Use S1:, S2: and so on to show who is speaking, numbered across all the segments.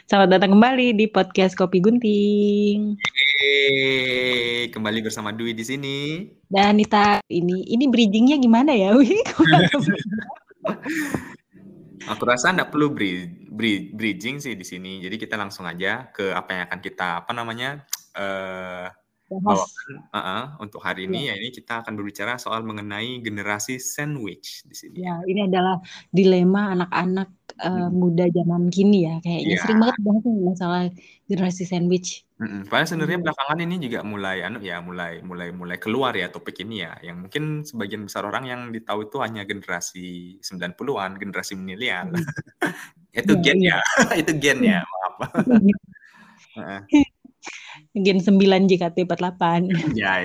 S1: Selamat datang kembali di podcast Kopi Gunting.
S2: Kembali bersama Dwi di sini.
S1: Dan Nita, ini bridgingnya gimana ya?
S2: Aku rasa nggak perlu bridging sih di sini. Jadi kita langsung aja ke apa yang akan kita bawakan untuk hari ini. Ya, ini kita akan berbicara soal mengenai generasi sandwich di sini.
S1: Ya, ini adalah dilema anak-anak muda zaman kini ya. Kayaknya sering banget bahas masalah generasi sandwich.
S2: Padahal sebenarnya belakangan ini juga mulai keluar ya topik ini ya. Yang mungkin sebagian besar orang yang tahu itu hanya generasi 90-an, generasi milenial. Itu gen ya. Itu gen ya, maaf.
S1: Gen 9 JKT48.
S2: Ya.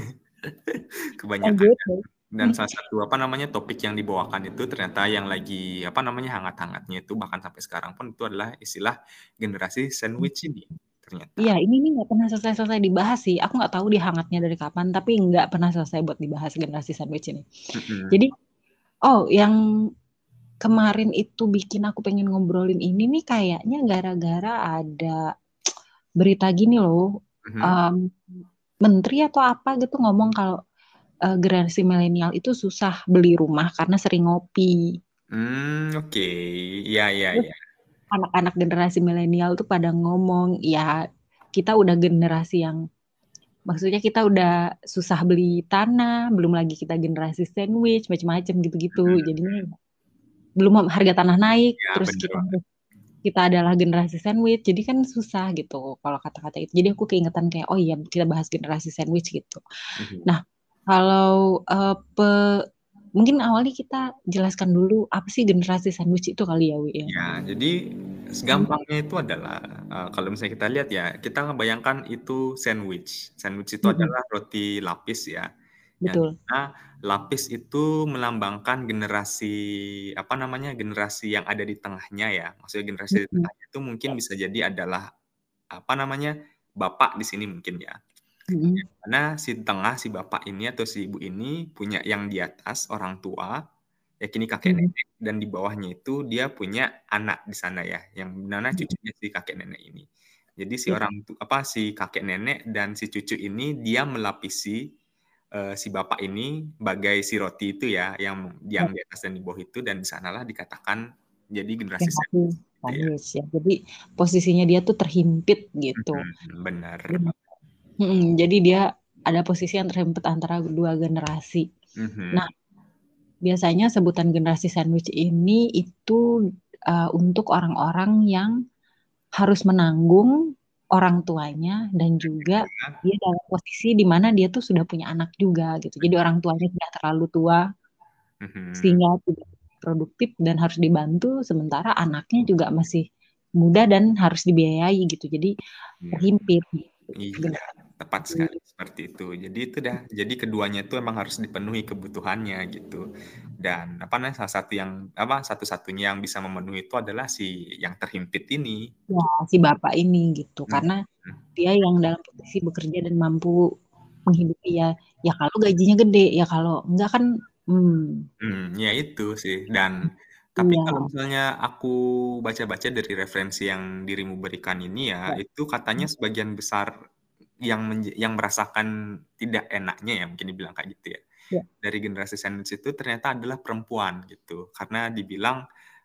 S2: Kebanyakan. Dan salah satu topik yang dibawakan itu ternyata yang lagi hangat-hangatnya itu bahkan sampai sekarang pun itu adalah istilah generasi sandwich ini ternyata.
S1: Iya, ini nggak pernah selesai dibahas sih. Aku nggak tahu dia hangatnya dari kapan, tapi nggak pernah selesai buat dibahas generasi sandwich ini. Jadi, yang kemarin itu bikin aku pengen ngobrolin ini nih kayaknya gara-gara ada berita gini loh, menteri atau apa gitu ngomong kalau generasi milenial itu susah beli rumah karena sering ngopi.
S2: Oke. Iya.
S1: Anak-anak generasi milenial tuh pada ngomong, ya kita udah generasi yang, maksudnya kita udah susah beli tanah, belum lagi kita generasi sandwich, macam-macam gitu-gitu. Jadinya belum harga tanah naik,
S2: ya,
S1: terus kita adalah generasi sandwich, jadi kan susah gitu kalau kata-kata itu. Jadi aku keingetan kayak, oh iya kita bahas generasi sandwich gitu. Nah, kalau mungkin awalnya kita jelaskan dulu apa sih generasi sandwich itu kali ya, Wi ya.
S2: Ya, jadi segampangnya itu adalah kalau misalnya kita lihat ya, kita membayangkan itu sandwich. Sandwich itu adalah roti lapis ya.
S1: Betul.
S2: Yang dimana lapis itu melambangkan generasi generasi yang ada di tengahnya ya. Maksudnya generasi di tengahnya itu mungkin bisa jadi adalah bapak di sini mungkin ya. Karena si tengah, si bapak ini atau si ibu ini punya yang di atas orang tua, yakni kakek nenek, dan di bawahnya itu dia punya anak di sana ya, yang mana cucunya si kakek nenek ini. Jadi si kakek nenek dan si cucu ini dia melapisi si bapak ini bagai si roti itu ya, yang di atas dan di bawah itu, dan di sanalah dikatakan jadi generasi
S1: sandwich ya. Jadi posisinya dia tuh terhimpit gitu.
S2: Benar.
S1: Jadi dia ada posisi yang terhimpit antara dua generasi. Nah, biasanya sebutan generasi sandwich ini itu untuk orang-orang yang harus menanggung orang tuanya dan juga dia dalam posisi di mana dia tuh sudah punya anak juga gitu. Jadi orang tuanya tidak terlalu tua sehingga tidak produktif dan harus dibantu, sementara anaknya juga masih muda dan harus dibiayai gitu. Jadi terhimpit.
S2: Iya, tepat sekali seperti itu. Jadi keduanya itu emang harus dipenuhi kebutuhannya gitu. Dan satu-satunya yang bisa memenuhi itu adalah si yang terhimpit ini.
S1: Ya, si bapak ini gitu. Karena dia yang dalam posisi bekerja dan mampu menghidupi ya kalau gajinya gede, ya kalau enggak kan
S2: ya itu sih. Tapi kalau misalnya aku baca-baca dari referensi yang dirimu berikan ini ya, itu katanya sebagian besar yang merasakan tidak enaknya ya, mungkin dibilang kayak gitu ya. Dari generasi sandwich itu ternyata adalah perempuan gitu. Karena dibilang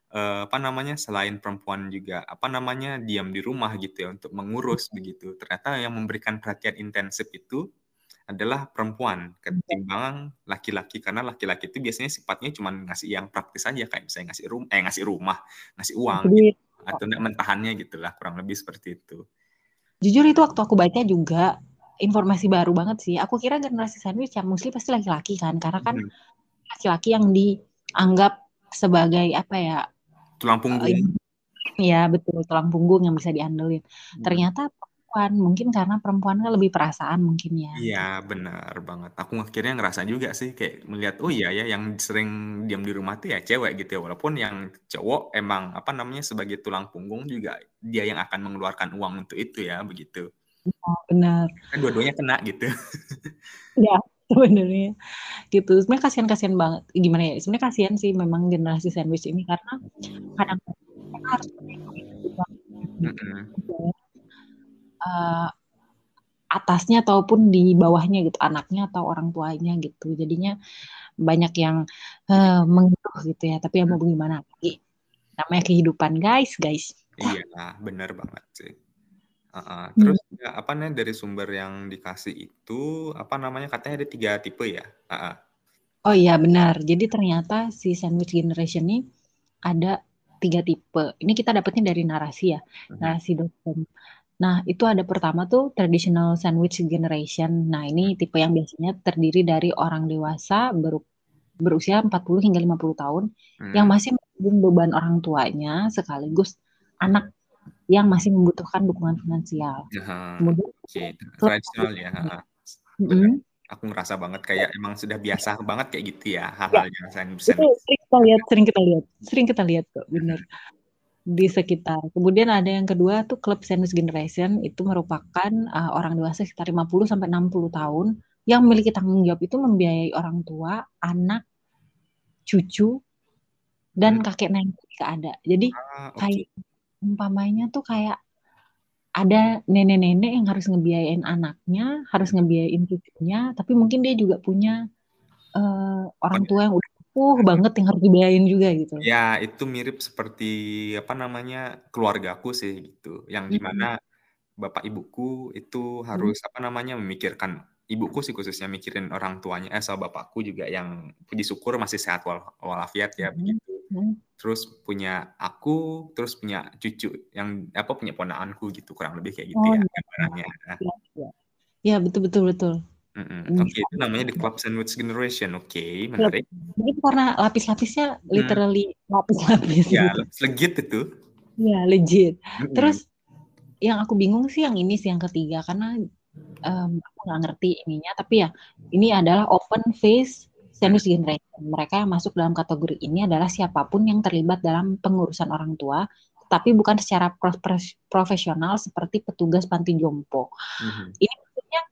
S2: selain perempuan juga diam di rumah gitu ya untuk mengurus begitu. Ternyata yang memberikan perhatian intensif itu adalah perempuan ketimbang laki-laki, karena laki-laki itu biasanya sifatnya cuma ngasih yang praktis aja, kayak misalnya ngasih rumah, ngasih uang gitu, atau enggak mentahannya gitulah, kurang lebih seperti itu.
S1: Jujur itu waktu aku baca juga informasi baru banget sih. Aku kira generasi sandwich yang mostly pasti laki-laki kan, karena kan laki-laki yang dianggap sebagai apa ya,
S2: tulang punggung.
S1: Ya betul, tulang punggung yang bisa diandelin. Ternyata perempuan, mungkin karena perempuan kan lebih perasaan mungkin ya.
S2: Iya, benar banget. Aku akhirnya ngerasa juga sih kayak melihat, oh iya ya, yang sering diam di rumah tuh ya cewek gitu ya. Walaupun yang cowok emang sebagai tulang punggung juga dia yang akan mengeluarkan uang untuk itu ya, begitu.
S1: Benar.
S2: Kan dua-duanya kena gitu.
S1: Ya, sebenarnya gitu. Sebenarnya kasihan banget. Gimana ya? Sebenarnya kasihan sih memang generasi sandwich ini karena kadang-kadang mereka harus atasnya ataupun di bawahnya gitu, anaknya atau orang tuanya gitu. Jadinya banyak yang mengeluh gitu ya, tapi ya mau gimana lagi, namanya kehidupan guys.
S2: Iya, benar banget sih. Terus apa nih dari sumber yang dikasih itu apa namanya katanya ada 3 tipe ya?
S1: Oh iya benar. Jadi ternyata si sandwich generation ini ada 3 tipe. Ini kita dapatnya dari narasi ya, narasi.com. Nah, itu ada pertama tuh traditional sandwich generation. Nah, ini tipe yang biasanya terdiri dari orang dewasa berusia 40 hingga 50 tahun yang masih menanggung beban orang tuanya sekaligus anak yang masih membutuhkan dukungan finansial. Kemudian
S2: tradisional ya. Benar. Aku ngerasa banget kayak emang sudah biasa banget kayak gitu ya hal-hal yang
S1: itu sering kita lihat kok, bener di sekitar. Kemudian ada yang kedua tuh club sandwich generation, itu merupakan orang dewasa sekitar 50 sampai 60 tahun yang memiliki tanggung jawab itu membiayai orang tua, anak, cucu, dan kakek nenek jika ada. Jadi kayak umpamanya tuh kayak ada nenek-nenek yang harus ngebiayain anaknya, harus ngebiayain cucunya, tapi mungkin dia juga punya orang tua yang udah banget yang harus dibiayain juga gitu.
S2: Ya, itu mirip seperti apa namanya keluargaku sih gitu, yang dimana bapak ibuku itu harus apa namanya memikirkan ibuku sih khususnya mikirin orang tuanya, sama bapakku juga yang puji syukur masih sehat walafiat ya begitu. Terus punya aku, terus punya cucu yang apa punya ponakanku gitu kurang lebih kayak gitu ya gambarannya.
S1: Ya betul.
S2: Oke, itu namanya the club sandwich generation. Oke, menarik.
S1: Jadi karena lapis-lapisnya literally lapis-lapis.
S2: Ya,
S1: gitu.
S2: lapis legit itu.
S1: Iya, legit. Terus yang aku bingung sih yang ini sih yang ketiga karena aku nggak ngerti ininya, tapi ya ini adalah open face sandwich generation. Mereka yang masuk dalam kategori ini adalah siapapun yang terlibat dalam pengurusan orang tua, tapi bukan secara profesional seperti petugas panti jompo. Ini maksudnya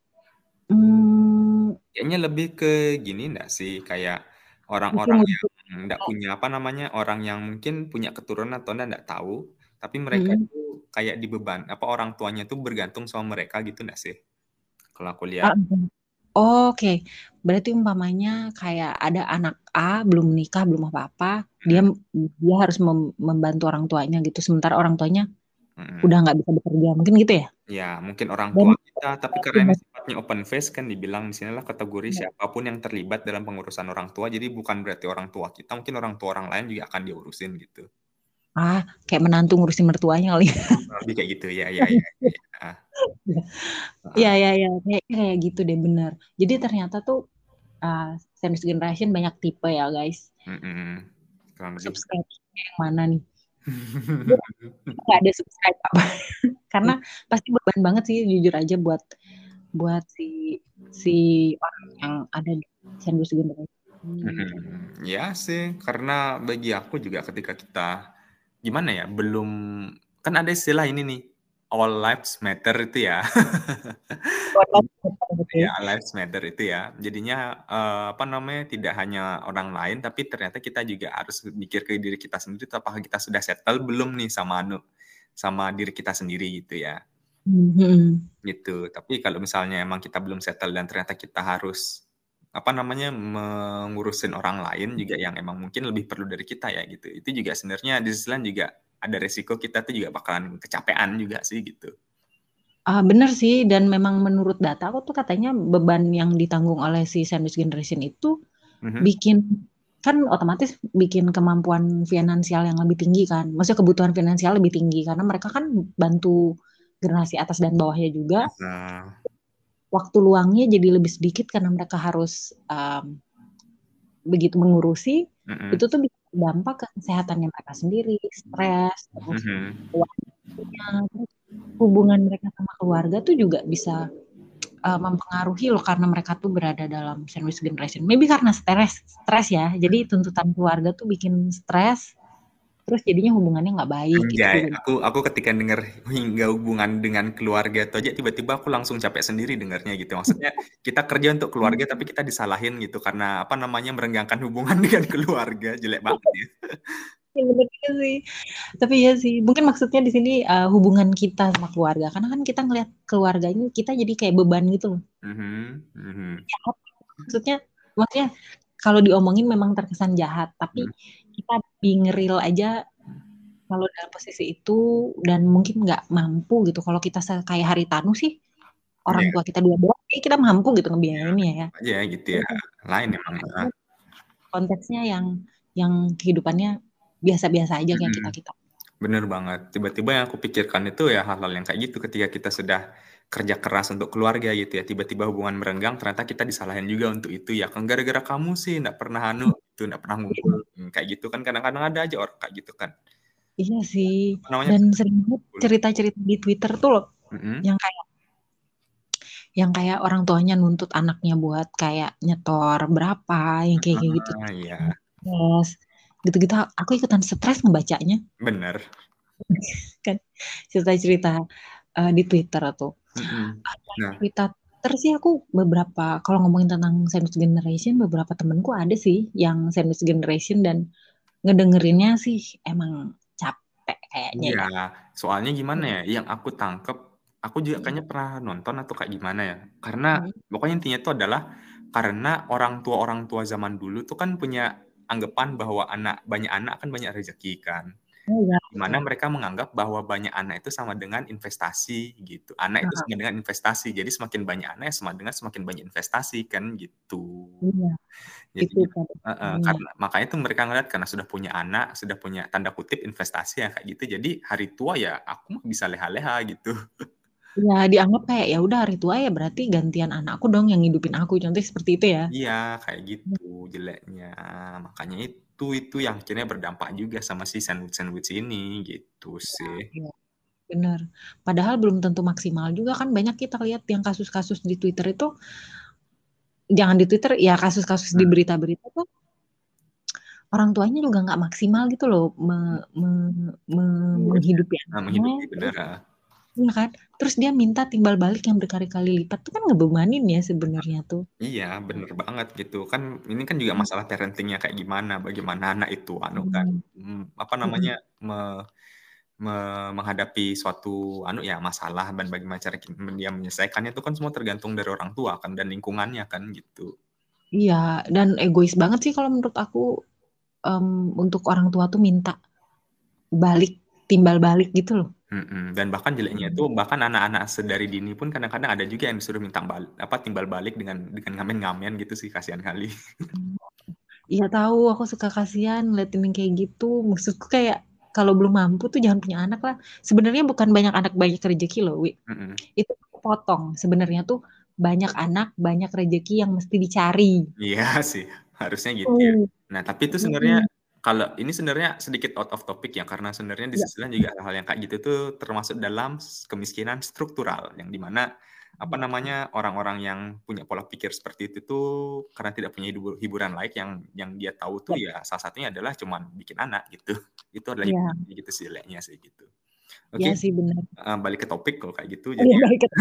S2: kayaknya lebih ke gini enggak sih, kayak orang-orang yang enggak punya apa namanya, orang yang mungkin punya keturunan atau enggak tahu, tapi mereka itu kayak dibeban apa orang tuanya tuh bergantung sama mereka gitu enggak sih? Kalau aku lihat.
S1: Oke, berarti umpamanya kayak ada anak A belum menikah, belum apa-apa, dia harus membantu orang tuanya gitu, sementara orang tuanya udah nggak bisa bekerja, mungkin gitu ya?
S2: Ya, mungkin orang tua kita, tapi karena ini sifatnya open face kan dibilang di sinilah kategori siapapun yang terlibat dalam pengurusan orang tua, jadi bukan berarti orang tua kita, mungkin orang tua orang lain juga akan diurusin gitu.
S1: Kayak menantu ngurusin mertuanya kali.
S2: Lebih kayak gitu ya.
S1: Iya, kayak gitu deh bener. Jadi ternyata tuh sandwich generation banyak tipe ya guys. Subscribe yang mana nih? Nggak ada subscribe apa karena pasti beban banget sih jujur aja buat si orang yang ada di sandwich generation.
S2: Ya sih, karena bagi aku juga ketika kita gimana ya, belum kan ada istilah ini nih, all lives matter itu ya. Ya, lives matter itu ya. Jadinya apa namanya, tidak hanya orang lain, tapi ternyata kita juga harus mikir ke diri kita sendiri, apakah kita sudah settle belum nih sama diri kita sendiri gitu ya. Gitu. Tapi kalau misalnya emang kita belum settle dan ternyata kita harus apa namanya mengurusin orang lain juga yang emang mungkin lebih perlu dari kita ya gitu. Itu juga sebenarnya di sisi lain juga ada resiko kita tuh juga bakalan kecapean juga sih gitu.
S1: Bener sih, dan memang menurut data aku tuh katanya beban yang ditanggung oleh si sandwich generation itu bikin kan otomatis bikin kemampuan finansial yang lebih tinggi kan. Maksudnya kebutuhan finansial lebih tinggi karena mereka kan bantu generasi atas dan bawahnya juga. Waktu luangnya jadi lebih sedikit karena mereka harus begitu mengurusi, itu tuh bisa berdampak ke kesehatannya mereka sendiri, stres, terus hubungan mereka sama keluarga tuh juga bisa mempengaruhi loh karena mereka tuh berada dalam sandwich generation. Maybe karena stres ya, jadi tuntutan keluarga tuh bikin stres, terus jadinya hubungannya nggak baik.
S2: Anjay, aku ketika denger hingga hubungan dengan keluarga itu aja tiba-tiba aku langsung capek sendiri dengarnya gitu. Maksudnya kita kerja untuk keluarga tapi kita disalahin gitu karena apa namanya merenggangkan hubungan dengan keluarga, jelek banget ya.
S1: Ya bener juga sih. Tapi ya sih, mungkin maksudnya di sini hubungan kita sama keluarga. Karena kan kita ngelihat keluarga ini kita jadi kayak beban gitu loh. Jahat. Maksudnya kalau diomongin memang terkesan jahat, tapi kita being real aja kalau dalam posisi itu dan mungkin nggak mampu gitu. Kalau kita kayak Haritanu sih, orang
S2: Iya.
S1: tua kita dua-dua, kita mampu gitu ngebiayainnya ya.
S2: Aja gitu ya. Lain emang.
S1: Konteksnya yang kehidupannya biasa-biasa aja kayak kita-kita.
S2: Bener banget. Tiba-tiba yang aku pikirkan itu ya hal-hal yang kayak gitu ketika kita sudah kerja keras untuk keluarga gitu ya. Tiba-tiba hubungan merenggang, ternyata kita disalahin juga untuk itu ya. Kan gara-gara kamu sih nggak pernah itu nggak pernah ngumpul. Kayak gitu kan kadang-kadang ada aja orang kayak gitu kan.
S1: Iya sih.
S2: Apa namanya?
S1: Dan sering banget cerita-cerita di Twitter tuh loh, yang kayak orang tuanya nuntut anaknya buat kayak nyetor berapa, yang kayak gitu.
S2: Iya.
S1: Yes. Gitu-gitu aku ikutan stres ngebacanya.
S2: Bener.
S1: Kan cerita-cerita di Twitter tuh.
S2: Nah,
S1: Cerita terus sih aku beberapa kalau ngomongin tentang sandwich generation, beberapa temenku ada sih yang sandwich generation dan ngedengerinnya sih emang capek kayaknya
S2: iya,
S1: ya.
S2: soalnya gimana ya, yang aku tangkep, aku juga kayaknya pernah nonton atau kayak gimana ya, karena pokoknya intinya itu adalah karena orang tua zaman dulu tuh kan punya anggapan bahwa banyak anak kan banyak rezeki kan.
S1: Oh ya,
S2: Di mana mereka menganggap bahwa banyak anak itu sama dengan investasi gitu. Anak itu sama dengan investasi. Jadi semakin banyak anak ya sama dengan semakin banyak investasi kan gitu.
S1: iya,
S2: Jadi
S1: itu kan.
S2: karena makanya tuh mereka ngeliat karena sudah punya anak, sudah punya tanda kutip investasi yang kayak gitu. Jadi hari tua ya aku mah bisa leha-leha gitu.
S1: Ya dianggap kayak ya udah hari tua ya berarti gantian anakku dong yang ngidupin aku, contohnya seperti itu ya.
S2: Iya, kayak gitu jeleknya. Makanya itu yang akhirnya berdampak juga sama si sandwich-sandwich ini gitu sih.
S1: Iya, bener. Padahal belum tentu maksimal juga kan, banyak kita lihat yang kasus-kasus di Twitter itu, jangan di Twitter ya, kasus-kasus di berita-berita tuh orang tuanya juga nggak maksimal gitu loh menghidupi
S2: Nah,
S1: anaknya.
S2: menghidupi benar.
S1: Iya kan? Terus dia minta timbal balik yang berkali-kali lipat tuh kan ngebebanin ya sebenarnya tuh.
S2: Iya, bener banget gitu. Kan ini kan juga masalah parentingnya kayak gimana, bagaimana anak itu kan, apa namanya, menghadapi suatu ya masalah dan bagaimana cara dia menyelesaikannya itu kan semua tergantung dari orang tua kan dan lingkungannya kan gitu.
S1: Iya, dan egois banget sih kalau menurut aku, untuk orang tua tuh minta balik, timbal balik gitu loh.
S2: Dan bahkan jeleknya itu bahkan anak-anak sedari dini pun kadang-kadang ada juga yang disuruh minta timbal balik dengan ngamen-ngamen gitu sih, kasihan kali.
S1: Iya tahu, aku suka kasihan ngeliatin yang kayak gitu. Maksudku kayak kalau belum mampu tuh jangan punya anak lah. Sebenarnya bukan banyak anak banyak rezeki loh, Wi. Itu potong. Sebenarnya tuh banyak anak banyak rezeki yang mesti dicari.
S2: Iya sih, harusnya gitu ya.
S1: Oh.
S2: Nah, tapi itu sebenarnya kalau ini sebenarnya sedikit out of topic ya, karena sebenarnya di
S1: Ya.
S2: sisi lain juga hal-hal yang kayak gitu tuh termasuk dalam kemiskinan struktural, yang dimana apa namanya orang-orang yang punya pola pikir seperti itu tuh karena tidak punya hiburan lain yang dia tahu tuh ya salah satunya adalah cuman bikin anak gitu. Itu adalah
S1: Iya.
S2: hiburan gitu sih jeleknya sih gitu.
S1: Iya
S2: Oke,
S1: sih benar.
S2: balik ke topik kalau kayak gitu
S1: Iya
S2: jadi
S1: balik ke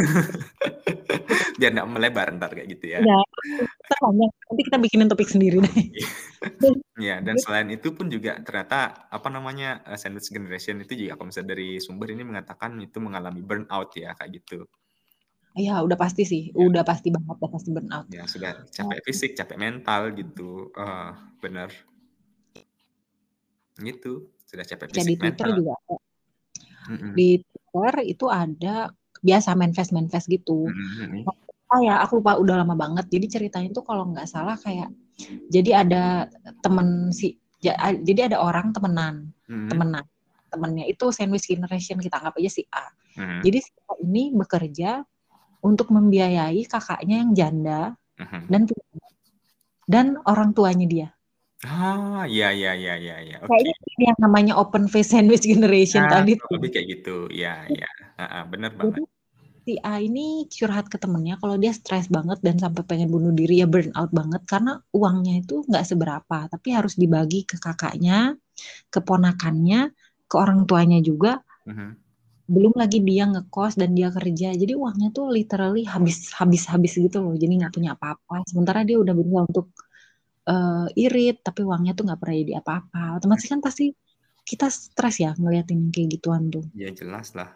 S2: biar nggak melebar ntar kayak gitu ya.
S1: ya, banyak. Nanti kita bikinin topik sendiri deh.
S2: Ya, dan selain itu pun juga ternyata apa namanya sandwich generation itu juga kalau misalnya dari sumber ini mengatakan itu mengalami burnout ya kayak gitu.
S1: Iya, udah pasti sih,
S2: Ya,
S1: udah pasti banget, udah pasti burnout.
S2: ya sudah capek fisik, capek mental gitu. Benar. Gitu, sudah capek
S1: Kayak
S2: fisik
S1: di Twitter
S2: mental.
S1: juga di Twitter itu ada biasa manifest gitu. Aku lupa udah lama banget. Jadi ceritanya tuh kalau nggak salah kayak jadi ada jadi ada orang temennya itu sandwich generation, kita anggap aja si A. Jadi si A ini bekerja untuk membiayai kakaknya yang janda dan orang tuanya dia.
S2: Iya.
S1: Kayaknya ini yang namanya open face sandwich generation tadi tuh.
S2: Lebih kayak gitu. Ya. Benar banget.
S1: Jadi si A ini curhat ke temennya kalau dia stres banget dan sampai pengen bunuh diri, ya burnout banget karena uangnya itu nggak seberapa, tapi harus dibagi ke kakaknya, ke ponakannya, ke orang tuanya juga. Belum lagi dia ngekos dan dia kerja, jadi uangnya tuh literally habis gitu loh, jadi nggak punya apa-apa. Sementara dia udah berusaha untuk irit, tapi uangnya tuh nggak pernah jadi apa-apa. Otomatis kan pasti kita stres ya ngeliatin kayak gituan tuh.
S2: Ya jelas lah.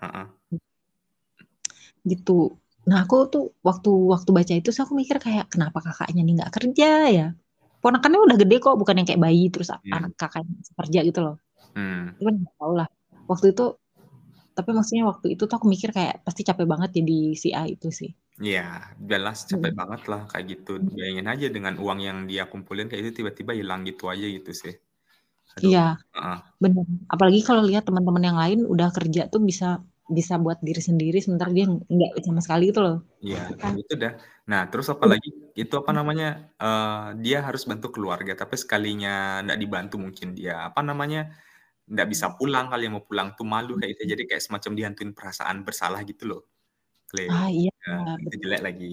S1: Gitu. Nah aku tuh waktu baca itu aku mikir kayak kenapa kakaknya nih nggak kerja ya? Ponakannya udah gede kok, bukan yang kayak bayi terus anak kakaknya kerja gitu loh. Cuman nggak tahu lah. Waktu itu, tapi maksudnya waktu itu tuh aku mikir kayak pasti capek banget jadi si A itu sih.
S2: Iya, jelas capek banget lah kayak gitu. Bayangin aja dengan uang yang dia kumpulin kayak itu tiba-tiba hilang gitu aja gitu sih. Aduh.
S1: Iya, bener. Apalagi kalau lihat teman-teman yang lain udah kerja tuh bisa buat diri sendiri, sementara dia nggak sama sekali gitu loh.
S2: Iya, itu dah. Nah, terus apalagi itu apa namanya, dia harus bantu keluarga, tapi sekalinya nggak dibantu mungkin dia apa namanya, nggak bisa pulang kali, mau pulang tuh malu kayak gitu. Jadi kayak semacam dihantuin perasaan bersalah gitu loh,
S1: Ah iya,
S2: itu
S1: betul.
S2: jelek lagi,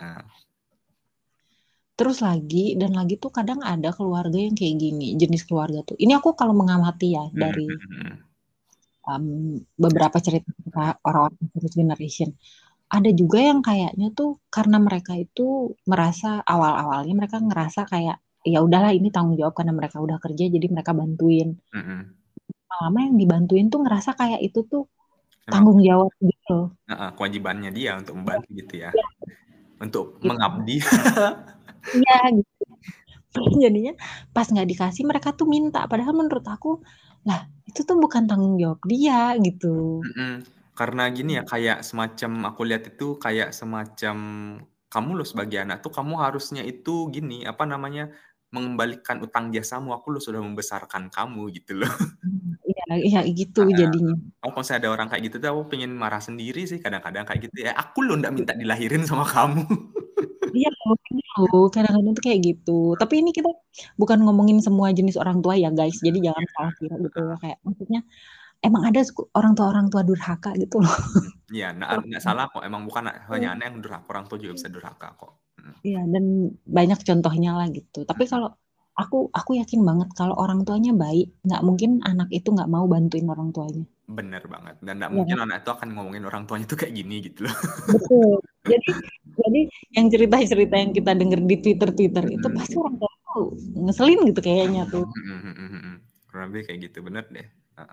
S1: Terus lagi dan lagi tuh kadang ada keluarga yang kayak gini, jenis keluarga tuh. Ini aku kalau mengamati ya dari beberapa cerita orang-orang first generation. Ada juga yang kayaknya tuh karena mereka itu merasa awal-awalnya mereka ngerasa kayak ya udahlah ini tanggung jawab karena mereka udah kerja jadi mereka bantuin. Lama yang dibantuin tuh ngerasa kayak itu tuh
S2: Memang
S1: tanggung jawab gitu.
S2: kewajibannya dia untuk membantu gitu ya, untuk
S1: Gitu.
S2: mengabdi.
S1: Iya gitu. Jadinya pas nggak dikasih mereka tuh minta. Padahal menurut aku, lah itu tuh bukan tanggung jawab dia gitu.
S2: Karena gini ya, kayak semacam aku lihat itu kayak semacam kamu loh sebagai anak tuh kamu harusnya itu gini, apa namanya, mengembalikan utang jasamu, aku loh sudah membesarkan kamu gitu loh.
S1: Iya, iya gitu
S2: Heeh.
S1: jadinya.
S2: Kalau misalnya ada orang kayak gitu tuh aku pengen marah sendiri sih kadang-kadang kayak gitu ya, aku loh nggak minta dilahirin sama kamu.
S1: Iya, kadang-kadang tuh kayak gitu. Tapi ini kita bukan ngomongin semua jenis orang tua ya guys. Jadi jangan salah kira gitu ya. Kayak maksudnya emang ada orang tua durhaka gitu loh.
S2: Iya, nggak salah kok, emang bukan hanya anak yang durhaka, orang tua juga bisa durhaka kok.
S1: Iya, dan banyak contohnya lah gitu. Tapi kalau aku yakin banget kalau orang tuanya baik, nggak mungkin anak itu nggak mau bantuin orang tuanya.
S2: Bener banget, dan nggak
S1: Iya
S2: mungkin
S1: kan?
S2: anak itu akan ngomongin orang tuanya tuh kayak gini gitu loh.
S1: Betul. Jadi yang cerita-cerita yang kita denger di Twitter itu pasti orang tua tuh ngeselin gitu kayaknya tuh.
S2: Kurang lebih kayak gitu, bener deh.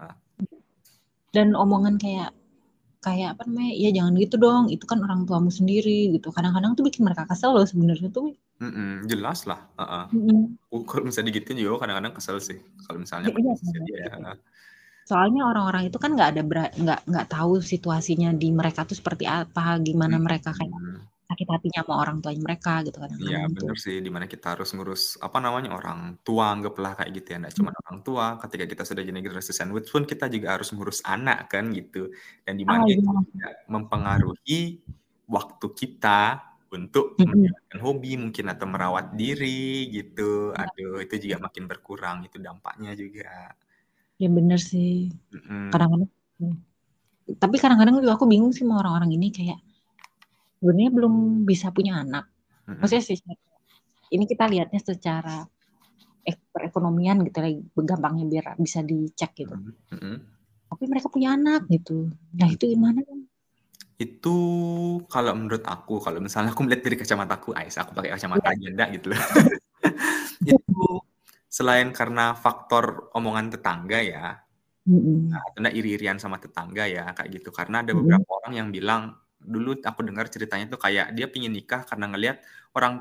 S1: Dan omongan kayak apa namanya, ya jangan gitu dong, itu kan orang tuamu sendiri gitu. Kadang-kadang tuh bikin mereka kesel loh sebenarnya tuh.
S2: Jelas lah. Kalau misalnya digituin juga kadang-kadang kesel sih. Kalau misalnya
S1: Ya,
S2: pada
S1: iya,
S2: posisi dia.
S1: soalnya orang-orang itu kan nggak tahu situasinya di mereka tuh seperti apa, gimana mereka kayak sakit hatinya sama orang tuanya mereka gitu
S2: Iya
S1: kadang-kadang tuh.
S2: bener sih, dimana kita harus ngurus apa namanya orang tua, anggaplah kayak gitu ya, nggak cuma orang tua. Ketika kita sudah jadi generasi sandwich pun kita juga harus ngurus anak kan gitu. Dan dimana itu
S1: Iya.
S2: juga mempengaruhi waktu kita untuk
S1: Mm-mm.
S2: menjalankan hobi mungkin atau merawat diri gitu. Aduh itu juga makin berkurang itu dampaknya juga.
S1: Ya bener sih.
S2: Mhm.
S1: Kadang-kadang. Tapi kadang-kadang juga aku bingung sih sama orang-orang ini kayak sebenarnya belum bisa punya anak. Maksudnya sih ini kita lihatnya secara perekonomian gitu lagi gampangnya biar bisa dicek gitu. Tapi mereka punya anak gitu. Nah itu gimana?
S2: Itu kalau menurut aku, kalau misalnya aku melihat dari kacamataku, aku pakai kacamata
S1: Ya.
S2: janda gitu loh. Itu selain karena faktor omongan tetangga ya, karena iri-irian sama tetangga ya kayak gitu. Karena ada beberapa orang yang bilang dulu aku dengar ceritanya tuh kayak dia pingin nikah karena ngelihat orang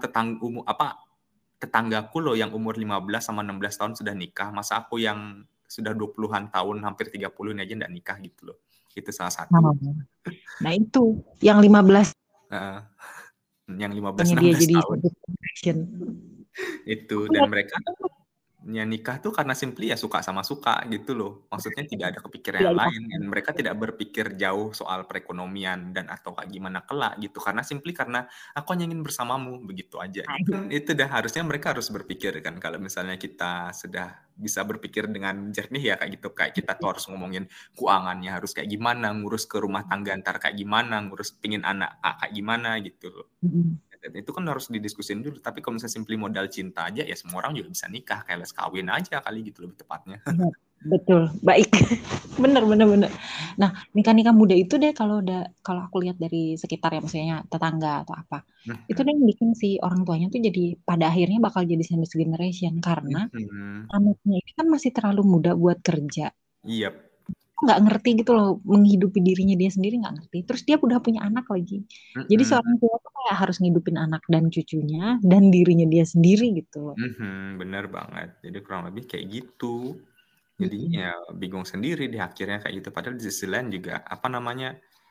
S2: tetanggaku loh yang umur 15 sama 16 tahun sudah nikah, masa aku yang sudah 20-an tahun hampir 30 ini aja nggak nikah gitu loh. Itu salah satu.
S1: Nah itu yang 15
S2: Heeh. Yang 15,
S1: dia
S2: 16
S1: jadi
S2: tahun.
S1: action.
S2: Itu, dan mereka ya nikah tuh karena simply ya suka sama suka gitu loh. Maksudnya tidak ada kepikiran yang lain dan mereka tidak berpikir jauh soal perekonomian dan atau kayak gimana kelak gitu. Karena simply karena aku hanya ingin bersamamu begitu aja gitu. Itu dah harusnya mereka harus berpikir kan kalau misalnya kita sudah bisa berpikir dengan jernih ya kayak gitu. Kayak kita tuh harus ngomongin keuangannya harus kayak gimana, ngurus ke rumah tangga ntar kayak gimana, ngurus pingin anak kayak gimana gitu loh. Dan itu kan harus didiskusin dulu. Tapi kalau misalnya simply modal cinta aja, ya semua orang juga bisa nikah. Kayak les kawin aja kali gitu lebih tepatnya.
S1: Betul, baik. bener. Nah, nikah muda itu deh kalau aku lihat dari sekitar ya, maksudnya tetangga atau apa, itu deh yang bikin si orang tuanya tuh jadi pada akhirnya bakal jadi sandwich generation karena anaknya ini kan masih terlalu muda buat kerja.
S2: Iya.
S1: Nggak ngerti gitu loh, menghidupi dirinya dia sendiri nggak ngerti. Terus dia udah punya anak lagi. Jadi seorang tua tuh kayak harus ngidupin anak dan cucunya dan dirinya dia sendiri gitu loh.
S2: Bener banget. Jadi kurang lebih kayak gitu. Jadi
S1: Mm-mm.
S2: ya bingung sendiri di akhirnya kayak gitu. Padahal di sisi lain juga apa namanya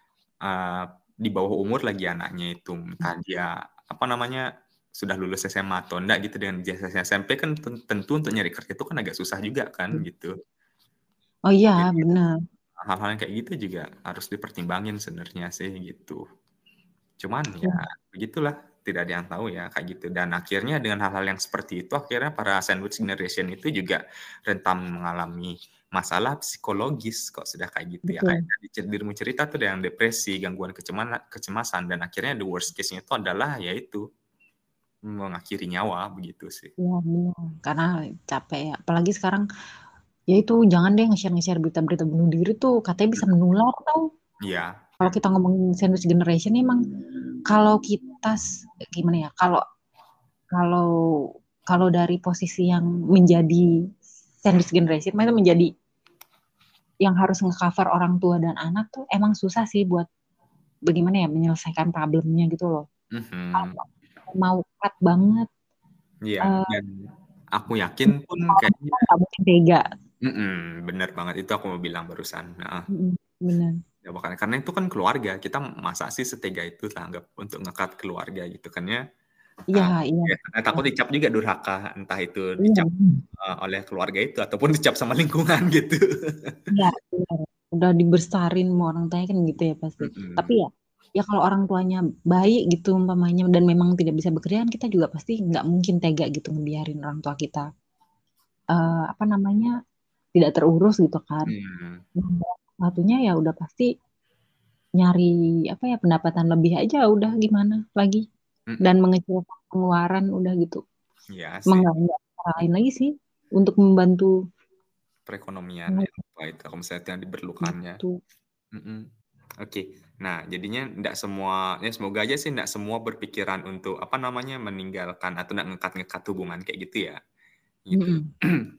S2: di bawah umur lagi anaknya itu, entah dia apa namanya sudah lulus SMA atau enggak gitu dengan ijazah SMP kan tentu untuk nyari kerja itu kan agak susah juga kan gitu.
S1: Oh iya,
S2: Jadi
S1: benar.
S2: hal-hal yang kayak gitu juga harus dipertimbangin sebenarnya sih gitu. Cuman ya
S1: Ya.
S2: begitulah, tidak ada yang tahu ya kayak gitu. Dan akhirnya dengan hal-hal yang seperti itu, akhirnya para sandwich generation itu juga rentan mengalami masalah psikologis kok sudah kayak gitu ya. Kayak
S1: Betul.
S2: tadi dirimu cerita tuh ada yang depresi, gangguan kecemasan, dan akhirnya the worst case-nya itu adalah yaitu mengakhiri nyawa begitu sih.
S1: Ya, benar. Karena capek ya. Apalagi sekarang, ya itu jangan deh nge-share berita-berita bunuh diri tuh katanya bisa menular tau.
S2: Iya.
S1: Kalau kita ngomongin sandwich generation emang kalau kita gimana ya? Kalau kalau kalau dari posisi yang menjadi sandwich generation, itu menjadi yang harus nge-cover orang tua dan anak tuh emang susah sih buat bagaimana ya menyelesaikan problemnya gitu loh.
S2: Mhm.
S1: Kalau mau cut banget,
S2: Iya,
S1: eh,
S2: dan aku yakin pun kayaknya
S1: nggak mungkin tega.
S2: bener banget itu aku mau bilang barusan. Heeh.
S1: Benar.
S2: Ya makanya karena itu kan keluarga, kita masa sih setega itu lah anggap untuk ngekat keluarga gitu kan ya.
S1: Iya, iya.
S2: Ya, karena takut dicap juga durhaka, entah itu
S1: Iya,
S2: dicap oleh keluarga itu ataupun dicap sama lingkungan gitu.
S1: iya, iya. Udah dibesarin sama orang tuanya kan gitu ya pasti. Tapi
S2: Mm-mm.
S1: ya kalau orang tuanya baik gitu umpamanya dan memang tidak bisa bekerja kan kita juga pasti nggak mungkin tega gitu ngebiarin orang tua kita apa namanya tidak terurus gitu kan.
S2: Hmm.
S1: Nah, satunya ya udah pasti nyari apa ya pendapatan lebih aja udah gimana lagi dan
S2: Mm-mm.
S1: mengecilkan pengeluaran udah gitu.
S2: Ya
S1: Emang
S2: sih,
S1: nggak cara lain lagi sih untuk membantu
S2: perekonomian ya, apa itu kalau misalnya yang diperlukannya.
S1: itu.
S2: Mm-mm. Oke, nah jadinya tidak semua, ya semoga aja sih tidak semua berpikiran untuk apa namanya meninggalkan atau tidak ngekat-ngekat hubungan kayak gitu ya, gitu.
S1: Mm-mm.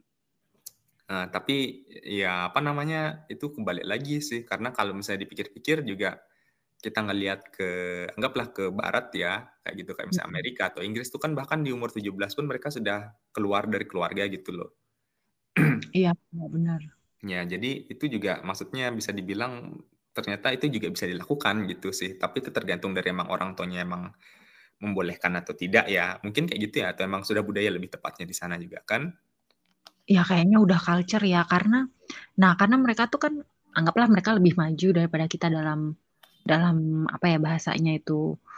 S2: Tapi ya apa namanya, itu kembali lagi sih, karena kalau misalnya dipikir-pikir juga kita ngelihat anggaplah ke barat ya, kayak gitu, kayak misalnya Amerika atau Inggris tuh kan bahkan di umur 17 pun mereka sudah keluar dari keluarga gitu loh.
S1: Iya, benar.
S2: Ya, jadi itu juga maksudnya bisa dibilang ternyata itu juga bisa dilakukan gitu sih, tapi itu tergantung dari emang orang tuanya emang membolehkan atau tidak ya, mungkin kayak gitu ya, atau emang sudah budaya lebih tepatnya di sana juga kan?
S1: Ya kayaknya udah culture ya karena mereka tuh kan anggaplah mereka lebih maju daripada kita dalam dalam apa ya bahasanya itu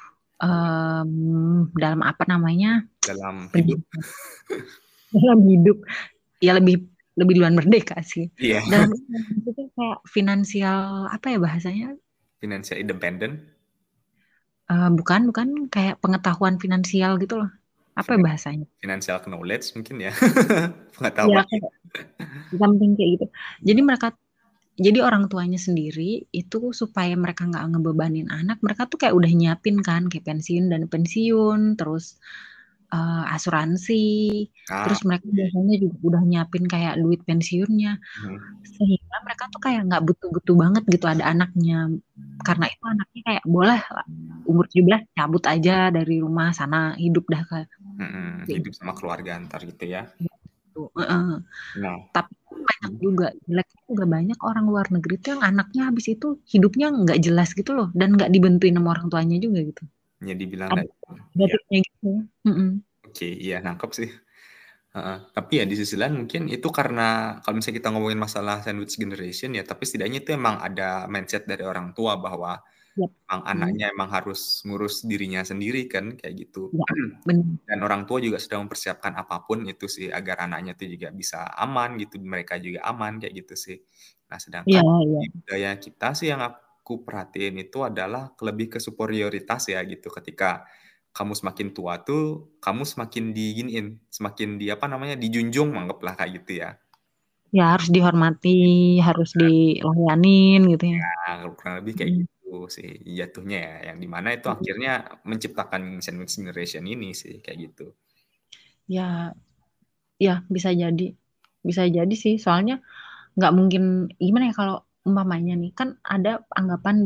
S1: dalam apa namanya
S2: Dalam hidup.
S1: pendidikan dalam hidup ya lebih lebih duluan merdeka sih
S2: Iya,
S1: dalam itu kayak finansial apa ya bahasanya.
S2: financial independent.
S1: Bukan bukan kayak pengetahuan finansial gitu loh apa ya
S2: Finan
S1: bahasanya
S2: financial knowledge mungkin ya?
S1: ya
S2: Pengetahuan.
S1: kayak something kayak gitu jadi mereka jadi orang tuanya sendiri itu supaya mereka nggak ngebebanin anak mereka tuh kayak udah nyiapin kan kayak pensiun dan pensiun terus asuransi
S2: Ah,
S1: terus mereka
S2: oke.
S1: biasanya juga udah nyiapin kayak duit pensiunnya
S2: Mhm.
S1: sehingga mereka tuh kayak nggak butuh-butuh banget gitu ada anaknya karena itu anaknya kayak boleh lah, umur 17 cabut aja dari rumah sana hidup dah kayak
S2: Hidup sama keluarga antar gitu ya.
S1: gitu. Heeh.
S2: Nah,
S1: Tapi banyak
S2: mhm,
S1: juga jeleknya juga banyak orang luar negeri tuh yang anaknya habis itu hidupnya nggak jelas gitu loh dan nggak dibentuin sama orang tuanya juga gitu
S2: ya dibilang
S1: ada
S2: nggak ya,
S1: negatifnya gitu. Mm-mm.
S2: oke, iya nangkep sih, heeh. Tapi ya di sisi lain mungkin itu karena kalau misalnya kita ngomongin masalah sandwich generation ya, tapi setidaknya itu emang ada mindset dari orang tua bahwa
S1: Yap.
S2: emang
S1: Hmm.
S2: anaknya emang harus ngurus dirinya sendiri kan, kayak gitu.
S1: Ya, benar.
S2: Dan orang tua juga sudah mempersiapkan apapun itu sih agar anaknya itu juga bisa aman gitu, mereka juga aman kayak gitu sih. Nah,
S1: Iya,
S2: sedangkan
S1: iya.
S2: di budaya kita sih yang aku perhatiin itu adalah lebih ke superioritas ya gitu. Ketika kamu semakin tua tuh, kamu semakin diginiin, semakin di apa namanya, dijunjung anggaplah kayak gitu ya.
S1: Ya harus dihormati, harus dilayanin gitu ya.
S2: Nah, kurang lebih kayak
S1: Mm.
S2: gitu sih jatuhnya ya, yang di mana itu akhirnya menciptakan sandwich generation ini sih kayak gitu.
S1: Ya, ya bisa jadi sih. Soalnya nggak mungkin gimana ya kalau umpamanya nih kan ada anggapan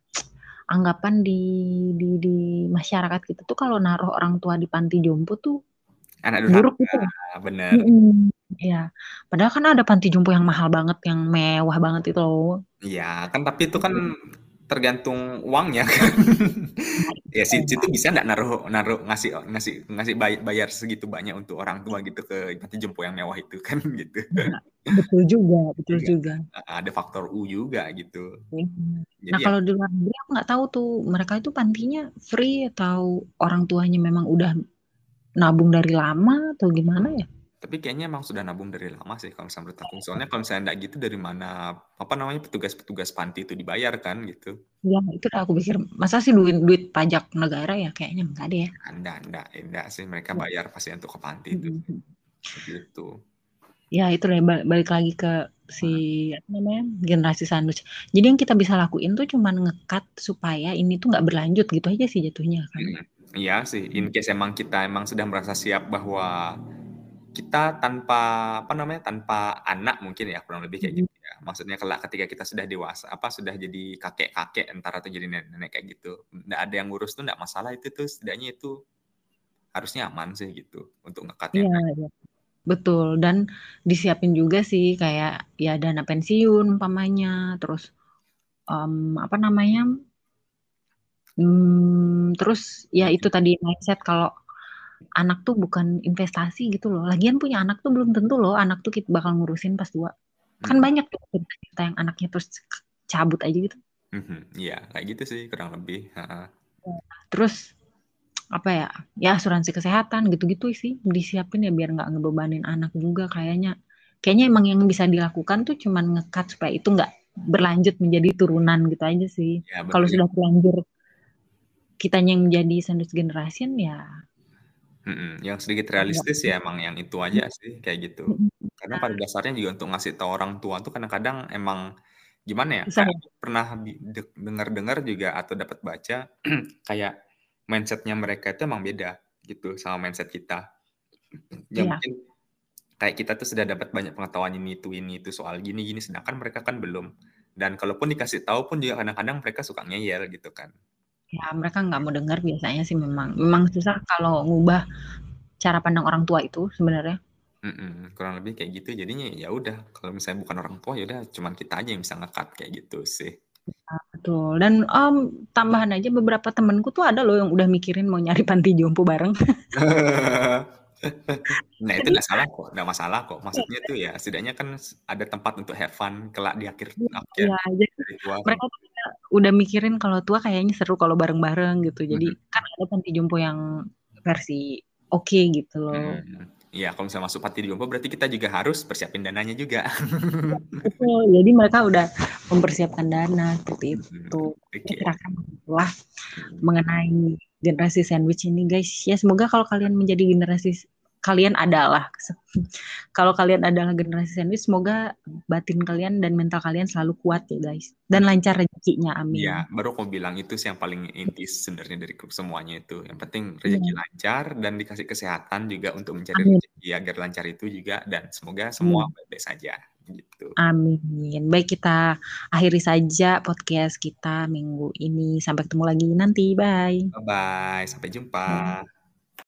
S1: di masyarakat kita tuh kalau naruh orang tua di panti jompo tuh
S2: Anak
S1: buruk
S2: durhaka,
S1: gitu.
S2: bener.
S1: Iya. Padahal kan ada panti jompo yang mahal banget, yang mewah banget itu loh.
S2: Iya, kan tapi itu kan tergantung uangnya kan. Ya situ bisa nggak naruh naruh ngasih ngasih ngasih bayar segitu banyak untuk orang tua gitu ke panti jompo yang mewah itu kan gitu.
S1: Nah, betul juga, betul
S2: Juga
S1: juga.
S2: ada faktor U juga gitu.
S1: Nah
S2: Jadi ya
S1: kalau di luar negeri aku nggak tahu tuh mereka itu pantinya free atau orang tuanya memang udah nabung dari lama atau gimana ya?
S2: tapi kayaknya emang sudah nabung dari lama sih kalau misalnya menurut aku. Soalnya kalau misalnya nggak gitu dari mana apa namanya petugas-petugas panti itu dibayar kan gitu.
S1: Ya itu dah aku pikir masa sih duit duit pajak negara ya kayaknya enggak deh ya.
S2: Enggak sih mereka
S1: Ya.
S2: bayar pasti untuk ke panti itu
S1: Mm-mm.
S2: begitu.
S1: Ya itu deh balik lagi ke si apa namanya generasi sandwich. Jadi yang kita bisa lakuin tuh cuman ngekat supaya ini tuh nggak berlanjut gitu aja sih jatuhnya kan.
S2: Mhm. Iya sih, in case emang kita emang sudah merasa siap bahwa kita tanpa apa namanya, tanpa anak mungkin ya kurang lebih kayak
S1: Mm-mm.
S2: gitu ya. Maksudnya kelak ketika kita sudah dewasa, apa sudah jadi kakek-kakek entar atau jadi nenek-nenek kayak gitu, nggak ada yang ngurus tuh nggak masalah itu tuh setidaknya itu harusnya aman sih gitu untuk ngekatnya.
S1: Iya, iya. Betul dan disiapin juga sih kayak ya dana pensiun umpamanya terus apa namanya terus ya itu tadi mindset kalau anak tuh bukan investasi gitu loh. Lagian punya anak tuh belum tentu loh anak tuh kita bakal ngurusin pas tua. Kan
S2: Mhm,
S1: banyak tuh cerita yang anaknya terus cabut aja gitu.
S2: mhm, iya kayak gitu sih kurang lebih, heeh.
S1: Terus apa ya? Ya asuransi kesehatan gitu-gitu sih disiapin ya biar nggak ngebebanin anak juga kayaknya. Kayaknya emang yang bisa dilakukan tuh cuman ngekat supaya itu nggak berlanjut menjadi turunan gitu aja sih.
S2: Ya
S1: Kalau
S2: betul.
S1: sudah terlanjur kitanya yang menjadi sandwich generation ya.
S2: Mhm, yang sedikit realistis ya emang yang itu aja sih, kayak gitu. Karena pada dasarnya juga untuk ngasih tahu orang tua tuh kadang-kadang emang gimana ya,
S1: Susah
S2: kayak
S1: ya.
S2: pernah dengar-dengar juga atau dapat baca kayak mindset-nya mereka itu emang beda gitu sama mindset kita. Ya
S1: Iya.
S2: mungkin kayak kita tuh sudah dapat banyak pengetahuan ini itu soal gini-gini sedangkan mereka kan belum. Dan kalaupun dikasih tahu pun juga kadang-kadang mereka suka ngeyel gitu kan.
S1: Ya, mereka nggak mau dengar biasanya sih memang. Memang susah kalau ngubah cara pandang orang tua itu sebenarnya.
S2: Mhm, kurang lebih kayak gitu jadinya ya udah kalau misalnya bukan orang tua ya udah cuman kita aja yang bisa nge-cut kayak gitu sih.
S1: Betul. Dan tambahan aja beberapa temenku tuh ada loh yang udah mikirin mau nyari panti jompo bareng.
S2: Nah itu
S1: Jadi
S2: nggak salah kok, nggak masalah kok. Maksudnya tuh ya setidaknya kan ada tempat untuk have fun kelak di akhir akhir
S1: ya, jadi
S2: dari tua kayak
S1: mereka tuh kayak udah mikirin kalau tua kayaknya seru kalau bareng-bareng gitu. Jadi
S2: mhm,
S1: kan ada panti jompo yang versi oke gitu loh.
S2: mhm. Iya kalau misalnya masuk panti jompo berarti kita juga harus persiapin dananya juga.
S1: Betul. Jadi mereka udah mempersiapkan dana seperti
S2: Mhm,
S1: itu.
S2: oke.
S1: Kira-kira lah
S2: Mhm.
S1: mengenai generasi sandwich ini guys. Ya semoga kalau kalian menjadi generasi kalian adalah kalau kalian adalah generasi sandwich semoga batin kalian dan mental kalian selalu kuat ya guys dan lancar rezekinya
S2: Iya,
S1: amin.
S2: baru aku bilang itu sih yang paling inti sebenarnya dari semuanya itu. Yang penting rezeki
S1: Iya,
S2: lancar dan dikasih kesehatan juga untuk mencari
S1: amin.
S2: rezeki agar lancar itu juga dan semoga semua
S1: Amin.
S2: baik-baik saja gitu.
S1: Amin. Baik kita akhiri saja podcast kita minggu ini. Sampai ketemu lagi nanti. Bye.
S2: Bye bye, sampai jumpa.